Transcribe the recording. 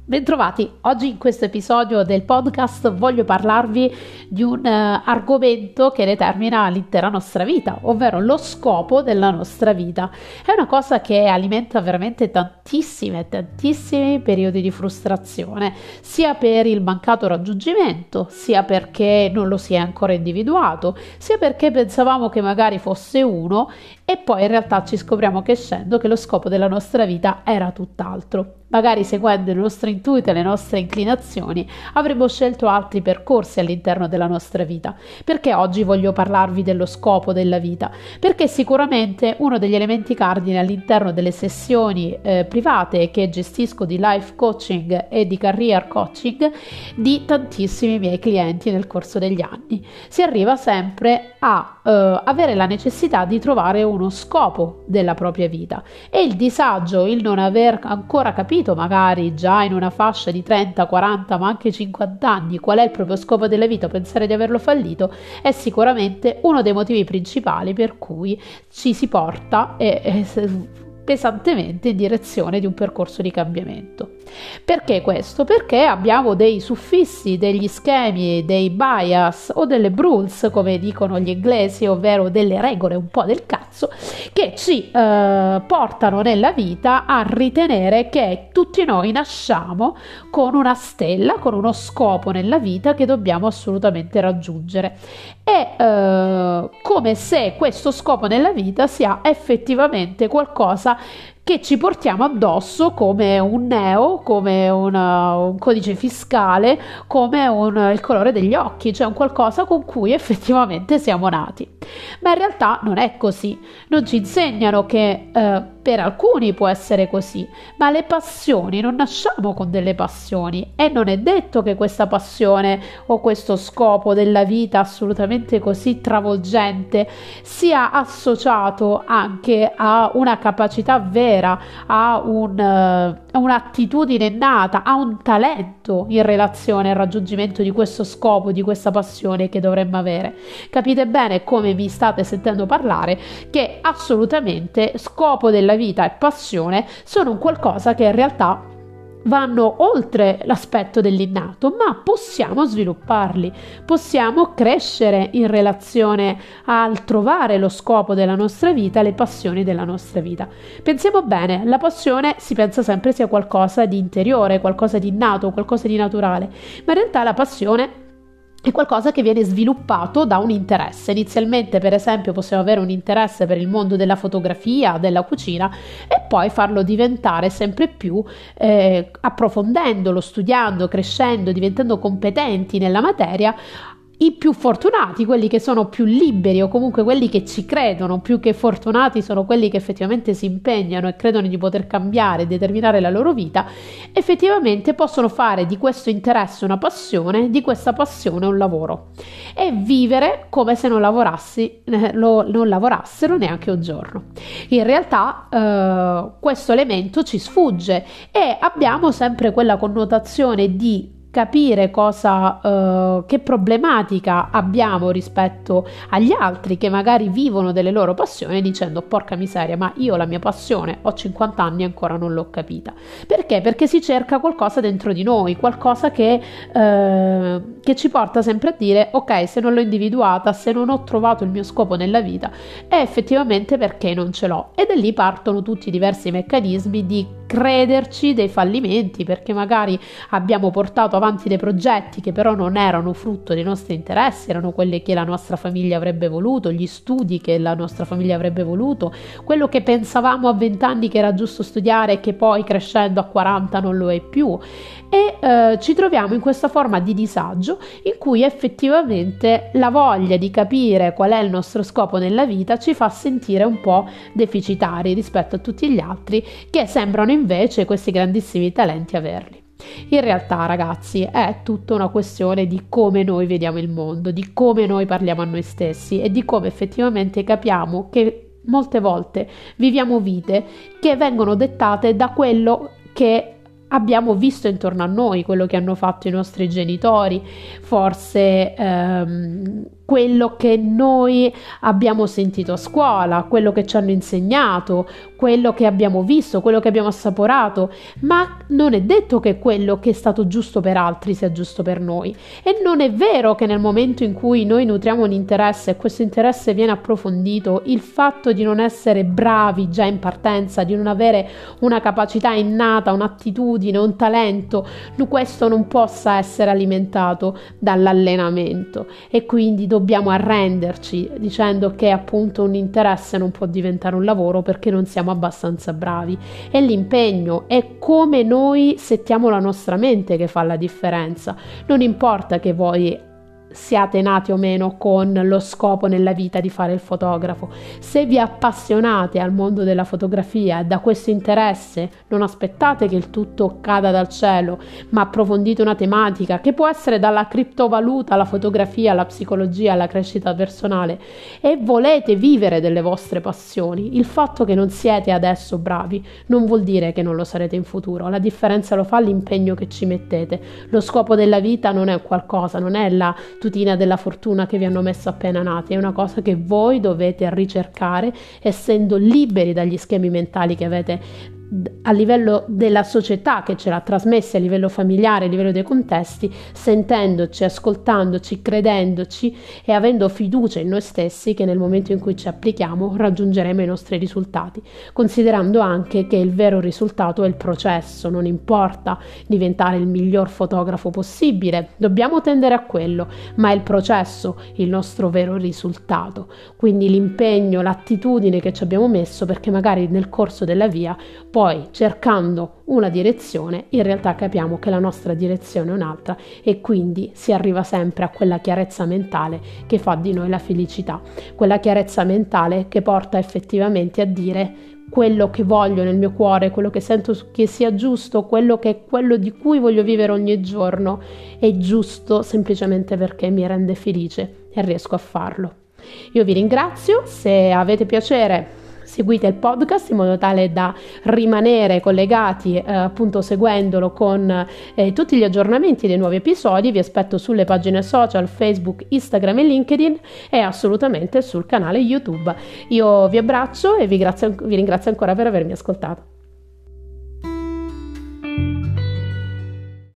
Bentrovati, oggi in questo episodio del podcast voglio parlarvi di un argomento che determina l'intera nostra vita, ovvero lo scopo della nostra vita. È una cosa che alimenta veramente tantissimi periodi di frustrazione, sia per il mancato raggiungimento, sia perché non lo si è ancora individuato, sia perché pensavamo che magari fosse uno e poi in realtà ci scopriamo crescendo che lo scopo della nostra vita era tutt'altro. Magari seguendo il nostro intuito e le nostre inclinazioni avremmo scelto altri percorsi all'interno della nostra vita. Perché oggi voglio parlarvi dello scopo della vita? Perché sicuramente uno degli elementi cardine all'interno delle sessioni private che gestisco di life coaching e di career coaching di tantissimi miei clienti nel corso degli anni. Si arriva sempre a avere la necessità di trovare uno scopo della propria vita e il disagio, il non aver ancora capito magari già in una fascia di 30, 40 ma anche 50 anni qual è il proprio scopo della vita o pensare di averlo fallito è sicuramente uno dei motivi principali per cui ci si porta pesantemente in direzione di un percorso di cambiamento. Perché questo? Perché abbiamo dei suffissi, degli schemi, dei bias o delle rules, come dicono gli inglesi, ovvero delle regole un po' del cazzo, che ci portano nella vita a ritenere che tutti noi nasciamo con una stella, con uno scopo nella vita che dobbiamo assolutamente raggiungere. E come se questo scopo nella vita sia effettivamente qualcosa che ci portiamo addosso come un neo, come un codice fiscale, come il colore degli occhi, cioè un qualcosa con cui effettivamente siamo nati. Ma in realtà non è così, non ci insegnano che per alcuni può essere così, ma le passioni, non nasciamo con delle passioni e non è detto che questa passione o questo scopo della vita assolutamente così travolgente sia associato anche a una capacità vera, a un'attitudine innata, a un talento in relazione al raggiungimento di questo scopo, di questa passione che dovremmo avere. Capite bene come mi state sentendo parlare che assolutamente scopo della vita e passione sono un qualcosa che in realtà vanno oltre l'aspetto dell'innato, ma possiamo svilupparli, possiamo crescere in relazione al trovare lo scopo della nostra vita, le passioni della nostra vita. Pensiamo bene, la passione si pensa sempre sia qualcosa di interiore, qualcosa di innato, qualcosa di naturale, ma in realtà la passione è qualcosa che viene sviluppato da un interesse. Inizialmente, per esempio, possiamo avere un interesse per il mondo della fotografia, della cucina e poi farlo diventare sempre più approfondendolo, studiando, crescendo, diventando competenti nella materia. I più fortunati, quelli che sono più liberi o comunque quelli che ci credono, più che fortunati sono quelli che effettivamente si impegnano e credono di poter cambiare e determinare la loro vita, effettivamente possono fare di questo interesse una passione, di questa passione un lavoro e vivere come se non lavorassero neanche un giorno. In realtà questo elemento ci sfugge e abbiamo sempre quella connotazione di capire che problematica abbiamo rispetto agli altri che magari vivono delle loro passioni dicendo porca miseria, ma io la mia passione ho 50 anni e ancora non l'ho capita. Perché? Perché si cerca qualcosa dentro di noi, qualcosa che ci porta sempre a dire ok, se non l'ho individuata, se non ho trovato il mio scopo nella vita è effettivamente perché non ce l'ho, e da lì partono tutti i diversi meccanismi di crederci dei fallimenti, perché magari abbiamo portato avanti dei progetti che però non erano frutto dei nostri interessi, erano quelli che la nostra famiglia avrebbe voluto, gli studi che la nostra famiglia avrebbe voluto, quello che pensavamo a 20 anni che era giusto studiare e che poi crescendo a 40 non lo è più, e ci troviamo in questa forma di disagio in cui effettivamente la voglia di capire qual è il nostro scopo nella vita ci fa sentire un po' deficitari rispetto a tutti gli altri che sembrano invece questi grandissimi talenti averli. In realtà, ragazzi, è tutta una questione di come noi vediamo il mondo, di come noi parliamo a noi stessi e di come effettivamente capiamo che molte volte viviamo vite che vengono dettate da quello che abbiamo visto intorno a noi, quello che hanno fatto i nostri genitori, forse quello che noi abbiamo sentito a scuola, quello che ci hanno insegnato, quello che abbiamo visto, quello che abbiamo assaporato, ma non è detto che quello che è stato giusto per altri sia giusto per noi. E non è vero che nel momento in cui noi nutriamo un interesse e questo interesse viene approfondito, il fatto di non essere bravi già in partenza, di non avere una capacità innata, un'attitudine, un talento, questo non possa essere alimentato dall'allenamento, e quindi dobbiamo arrenderci dicendo che appunto un interesse non può diventare un lavoro perché non siamo abbastanza bravi. È l'impegno, è come noi settiamo la nostra mente che fa la differenza. Non importa che voi siate nati o meno con lo scopo nella vita di fare il fotografo, se vi appassionate al mondo della fotografia e da questo interesse non aspettate che il tutto cada dal cielo, ma approfondite una tematica che può essere dalla criptovaluta alla fotografia, alla psicologia, alla crescita personale, e volete vivere delle vostre passioni. Il fatto che non siete adesso bravi non vuol dire che non lo sarete in futuro. La differenza lo fa l'impegno che ci mettete. Lo scopo della vita non è qualcosa, non è la tutina della fortuna che vi hanno messo appena nati, è una cosa che voi dovete ricercare, essendo liberi dagli schemi mentali che avete a livello della società, che ce l'ha trasmessi a livello familiare, a livello dei contesti, sentendoci, ascoltandoci, credendoci e avendo fiducia in noi stessi che nel momento in cui ci applichiamo raggiungeremo i nostri risultati, considerando anche che il vero risultato è il processo. Non importa diventare il miglior fotografo possibile, dobbiamo tendere a quello, ma è il processo il nostro vero risultato, quindi l'impegno, l'attitudine che ci abbiamo messo, perché magari nel corso della via poi, cercando una direzione, in realtà capiamo che la nostra direzione è un'altra, e quindi si arriva sempre a quella chiarezza mentale che fa di noi la felicità, quella chiarezza mentale che porta effettivamente a dire quello che voglio nel mio cuore, quello che sento che sia giusto, quello di cui voglio vivere ogni giorno è giusto semplicemente perché mi rende felice e riesco a farlo. Io vi ringrazio, se avete piacere seguite il podcast in modo tale da rimanere collegati appunto seguendolo con tutti gli aggiornamenti dei nuovi episodi. Vi aspetto sulle pagine social Facebook, Instagram e LinkedIn, e assolutamente sul canale YouTube. Io vi abbraccio e vi ringrazio ancora per avermi ascoltato.